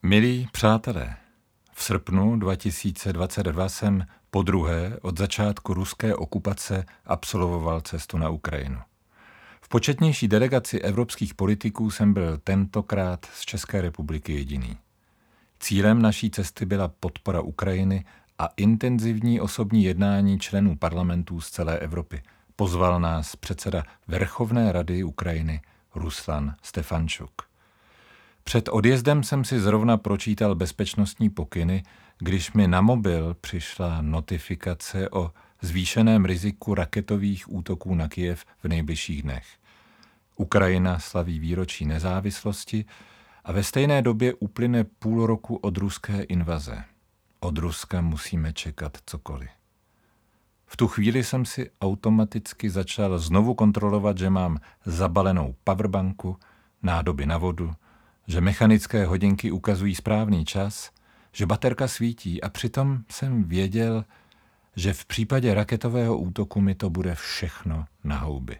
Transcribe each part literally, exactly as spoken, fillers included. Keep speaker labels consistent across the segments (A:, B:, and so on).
A: Milí přátelé, v srpnu dva tisíce dvacet dva jsem podruhé od začátku ruské okupace absolvoval cestu na Ukrajinu. V početnější delegaci evropských politiků jsem byl tentokrát z České republiky jediný. Cílem naší cesty byla podpora Ukrajiny a intenzivní osobní jednání členů parlamentů z celé Evropy. Pozval nás předseda Verchovné rady Ukrajiny Ruslan Stefančuk. Před odjezdem jsem si zrovna pročítal bezpečnostní pokyny, když mi na mobil přišla notifikace o zvýšeném riziku raketových útoků na Kyjev v nejbližších dnech. Ukrajina slaví výročí nezávislosti a ve stejné době uplyne půl roku od ruské invaze. Od Ruska musíme čekat cokoliv. V tu chvíli jsem si automaticky začal znovu kontrolovat, že mám zabalenou powerbanku, nádoby na vodu, že mechanické hodinky ukazují správný čas, že baterka svítí a přitom jsem věděl, že v případě raketového útoku mi to bude všechno na houby.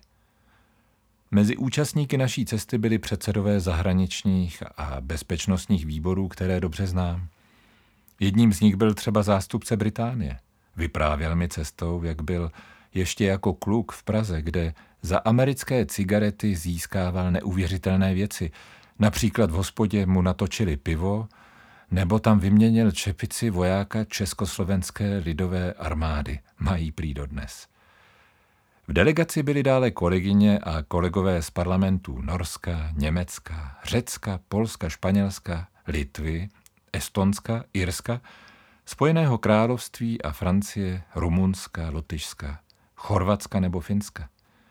A: Mezi účastníky naší cesty byli předsedové zahraničních a bezpečnostních výborů, které dobře znám. Jedním z nich byl třeba zástupce Británie. Vyprávěl mi cestou, jak byl ještě jako kluk v Praze, kde za americké cigarety získával neuvěřitelné věci. Například v hospodě mu natočili pivo, nebo tam vyměnil čepici vojáka Československé lidové armády. Mají prý dodnes. V delegaci byly dále kolegyně a kolegové z parlamentů Norska, Německa, Řecka, Polska, Španělska, Litvy, Estonska, Irska, Spojeného království a Francie, Rumunska, Lotyšska, Chorvatska nebo Finska.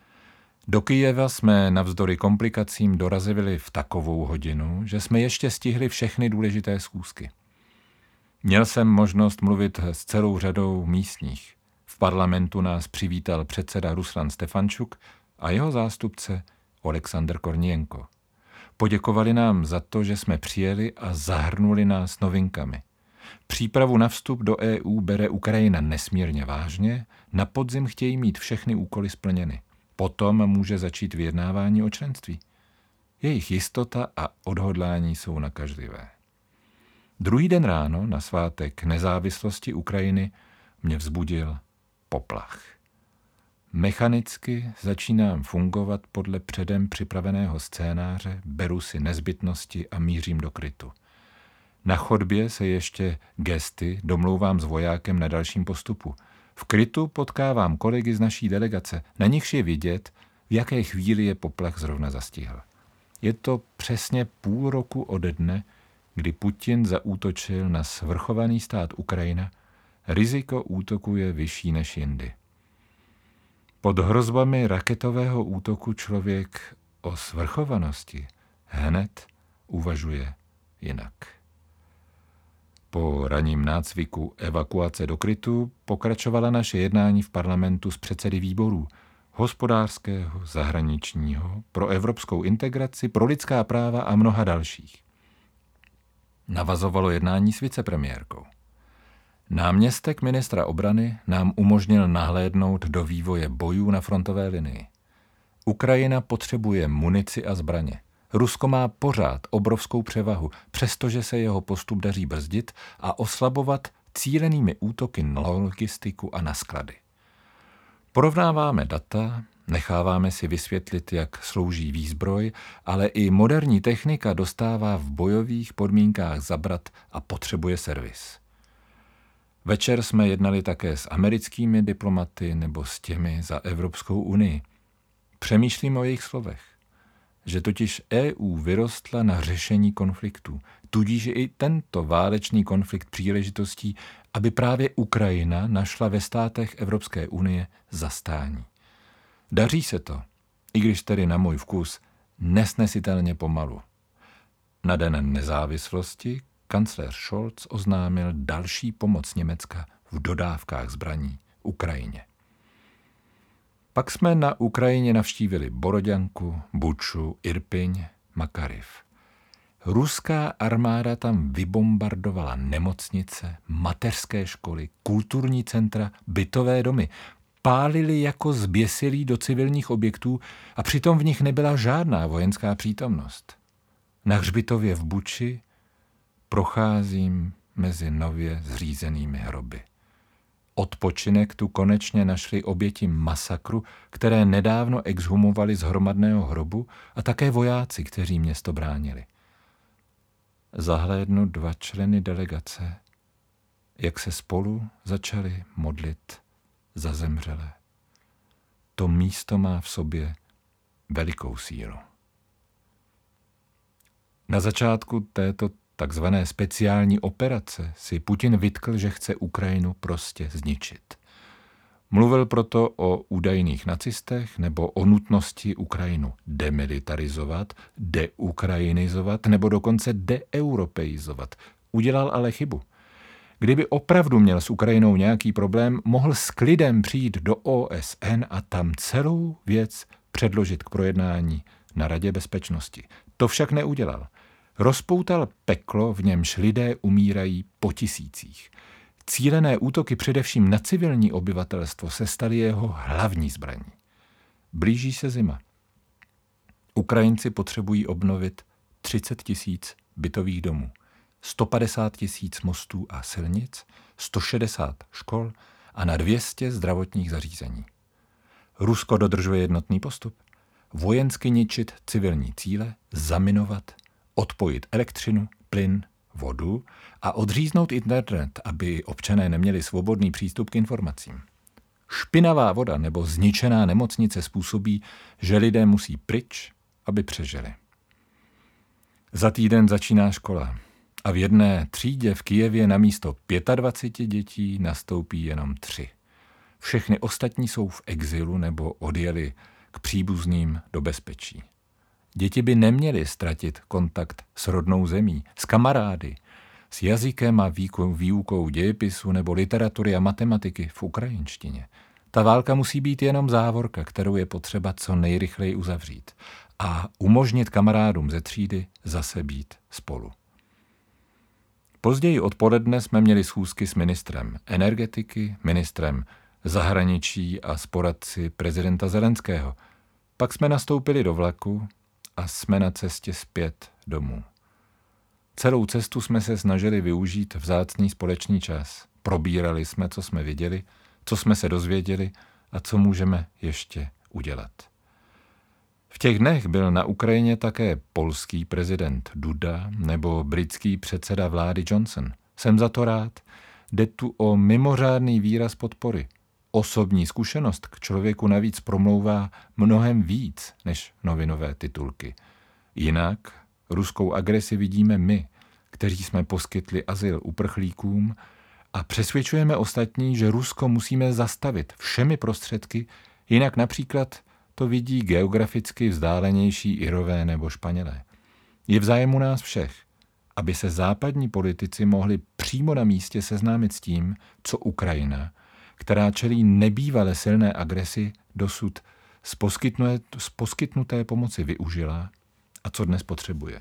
A: Do Kyjeva jsme navzdory komplikacím dorazili v takovou hodinu, že jsme ještě stihli všechny důležité schůzky. Měl jsem možnost mluvit s celou řadou místních. V parlamentu nás přivítal předseda Ruslan Stefančuk a jeho zástupce Oleksandr Kornienko. Poděkovali nám za to, že jsme přijeli a zahrnuli nás novinkami. Přípravu na vstup do E U bere Ukrajina nesmírně vážně, na podzim chtějí mít všechny úkoly splněny. Potom může začít vyjednávání o členství. Jejich jistota a odhodlání jsou nakažlivé. Druhý den ráno na svátek nezávislosti Ukrajiny mě vzbudil poplach. Mechanicky začínám fungovat podle předem připraveného scénáře, beru si nezbytnosti a mířím do krytu. Na chodbě se ještě gesty domlouvám s vojákem na dalším postupu. V krytu potkávám kolegy z naší delegace, na nichž je vidět, v jaké chvíli je poplach zrovna zastihl. Je to přesně půl roku ode dne, kdy Putin zaútočil na svrchovaný stát Ukrajina. Riziko útoku je vyšší než jindy. Pod hrozbami raketového útoku člověk o svrchovanosti hned uvažuje jinak. Po ranním nácviku evakuace do krytu pokračovala naše jednání v parlamentu s předsedy výborů hospodářského, zahraničního, pro evropskou integraci, pro lidská práva a mnoha dalších. Navazovalo jednání s vicepremiérkou. Náměstek ministra obrany nám umožnil nahlédnout do vývoje bojů na frontové linii. Ukrajina potřebuje munici a zbraně. Rusko má pořád obrovskou převahu, přestože se jeho postup daří brzdit a oslabovat cílenými útoky na logistiku a na sklady. Porovnáváme data, necháváme si vysvětlit, jak slouží výzbroj, ale i moderní technika dostává v bojových podmínkách zabrat a potřebuje servis. Večer jsme jednali také s americkými diplomaty nebo s těmi za Evropskou unii. Přemýšlím o jejich slovech, že totiž E U vyrostla na řešení konfliktů, tudíž je i tento válečný konflikt příležitostí, aby právě Ukrajina našla ve státech Evropské unie zastání. Daří se to, i když tedy na můj vkus nesnesitelně pomalu. Na den nezávislosti kancléř Scholz oznámil další pomoc Německa v dodávkách zbraní Ukrajině. Pak jsme na Ukrajině navštívili Boroďanku, Buču, Irpiň, Makariv. Ruská armáda tam vybombardovala nemocnice, mateřské školy, kulturní centra, bytové domy. Pálili jako zběsilí do civilních objektů a přitom v nich nebyla žádná vojenská přítomnost. Na hřbitově v Buči procházím mezi nově zřízenými hroby. Odpočinek tu konečně našli oběti masakru, které nedávno exhumovali z hromadného hrobu, a také vojáci, kteří město bránili. Zahlédnu dva členy delegace, jak se spolu začali modlit za zemřelé. To místo má v sobě velikou sílu. Na začátku této takzvané speciální operace si Putin vytkl, že chce Ukrajinu prostě zničit. Mluvil proto o údajných nacistech nebo o nutnosti Ukrajinu demilitarizovat, deukrajinizovat nebo dokonce deeuropeizovat. Udělal ale chybu. Kdyby opravdu měl s Ukrajinou nějaký problém, mohl s klidem přijít do O S N a tam celou věc předložit k projednání na Radě bezpečnosti. To však neudělal. Rozpoutal peklo, v němž lidé umírají po tisících. Cílené útoky především na civilní obyvatelstvo se staly jeho hlavní zbraní. Blíží se zima. Ukrajinci potřebují obnovit třicet tisíc bytových domů, sto padesát tisíc mostů a silnic, sto šedesát škol a na dvě stě zdravotních zařízení. Rusko dodržuje jednotný postup. Vojensky ničit civilní cíle, zaminovat, odpojit elektřinu, plyn, vodu a odříznout internet, aby občané neměli svobodný přístup k informacím. Špinavá voda nebo zničená nemocnice způsobí, že lidé musí pryč, aby přežili. Za týden začíná škola a v jedné třídě v Kyjevě na místo dvacet pět dětí nastoupí jenom tři. Všechny ostatní jsou v exilu nebo odjeli k příbuzným do bezpečí. Děti by neměly ztratit kontakt s rodnou zemí, s kamarády, s jazykem a výukou dějepisu nebo literatury a matematiky v ukrajinštině. Ta válka musí být jenom závorka, kterou je potřeba co nejrychleji uzavřít a umožnit kamarádům ze třídy zase být spolu. Později odpoledne jsme měli schůzky s ministrem energetiky, ministrem zahraničí a s poradci prezidenta Zelenského. Pak jsme nastoupili do vlaku a jsme na cestě zpět domů. Celou cestu jsme se snažili využít vzácný společný čas. Probírali jsme, co jsme viděli, co jsme se dozvěděli a co můžeme ještě udělat. V těch dnech byl na Ukrajině také polský prezident Duda nebo britský předseda vlády Johnson. Jsem za to rád. Jde tu o mimořádný výraz podpory. Osobní zkušenost k člověku navíc promlouvá mnohem víc než novinové titulky. Jinak ruskou agresi vidíme my, kteří jsme poskytli azyl uprchlíkům a přesvědčujeme ostatní, že Rusko musíme zastavit všemi prostředky, jinak například to vidí geograficky vzdálenější Irové nebo Španělé. Je v zájmu nás všech, aby se západní politici mohli přímo na místě seznámit s tím, co Ukrajina, která čelí nebývale silné agresi, dosud z, z poskytnuté pomoci využila a co dnes potřebuje.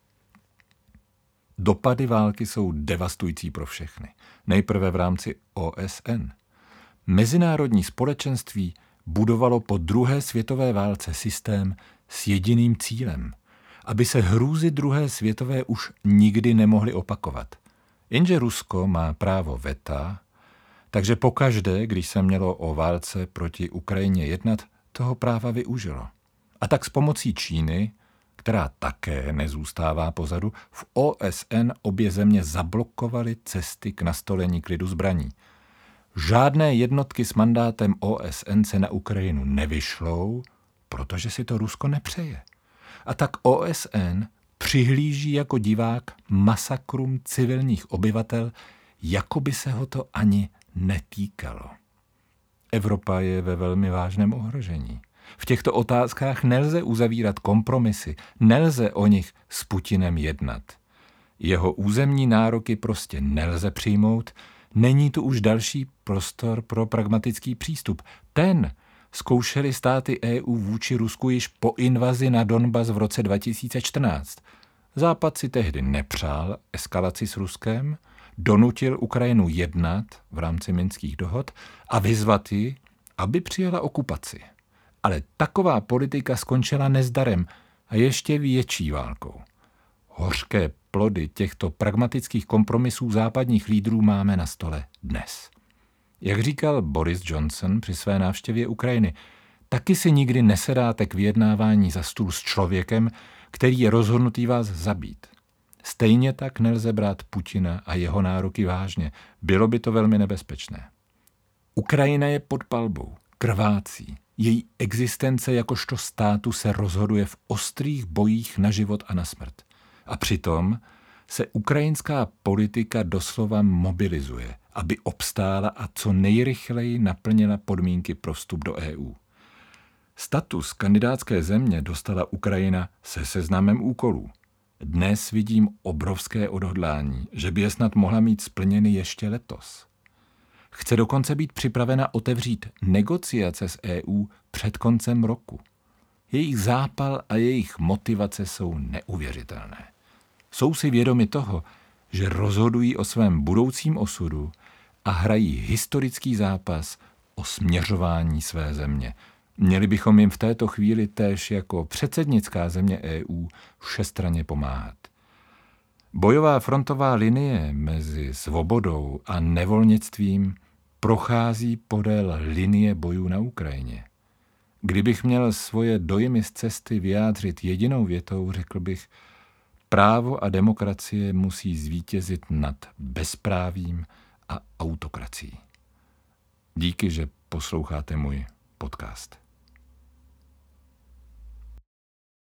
A: Dopady války jsou devastující pro všechny. Nejprve v rámci O S N. Mezinárodní společenství budovalo po druhé světové válce systém s jediným cílem, aby se hrůzy druhé světové už nikdy nemohly opakovat. Jenže Rusko má právo veta, takže pokaždé, když se mělo o válce proti Ukrajině jednat, toho práva využilo. A tak s pomocí Číny, která také nezůstává pozadu, v O S N obě země zablokovaly cesty k nastolení klidu zbraní. Žádné jednotky s mandátem O S N se na Ukrajinu nevyšlou, protože si to Rusko nepřeje. A tak O S N přihlíží jako divák masakrům civilních obyvatel, jako by se ho to ani netýkalo. Evropa je ve velmi vážném ohrožení. V těchto otázkách nelze uzavírat kompromisy, nelze o nich s Putinem jednat. Jeho územní nároky prostě nelze přijmout, není tu už další prostor pro pragmatický přístup. Ten zkoušely státy E U vůči Rusku již po invazi na Donbas v roce dva tisíce čtrnáct. Západ si tehdy nepřál eskalaci s Ruskem, donutil Ukrajinu jednat v rámci minských dohod a vyzvat ji, aby přijala okupaci. Ale taková politika skončila nezdarem a ještě větší válkou. Hořké plody těchto pragmatických kompromisů západních lídrů máme na stole dnes. Jak říkal Boris Johnson při své návštěvě Ukrajiny, taky si nikdy nesedáte k vyjednávání za stůl s člověkem, který je rozhodnutý vás zabít. Stejně tak nelze brát Putina a jeho nároky vážně. Bylo by to velmi nebezpečné. Ukrajina je pod palbou, krvácí. Její existence jakožto státu se rozhoduje v ostrých bojích na život a na smrt. A přitom se ukrajinská politika doslova mobilizuje, aby obstála a co nejrychleji naplnila podmínky pro vstup do E U. Status kandidátské země dostala Ukrajina se seznamem úkolů. Dnes vidím obrovské odhodlání, že by je snad mohla mít splněny ještě letos. Chce dokonce být připravena otevřít negociace s E U před koncem roku. Jejich zápal a jejich motivace jsou neuvěřitelné. Jsou si vědomi toho, že rozhodují o svém budoucím osudu a hrají historický zápas o směřování své země. Měli bychom jim v této chvíli též jako předsednická země E U všestranně pomáhat. Bojová frontová linie mezi svobodou a nevolnictvím prochází podél linie bojů na Ukrajině. Kdybych měl svoje dojmy z cesty vyjádřit jedinou větou, řekl bych, právo a demokracie musí zvítězit nad bezprávím a autokracií. Díky, že posloucháte můj podcast.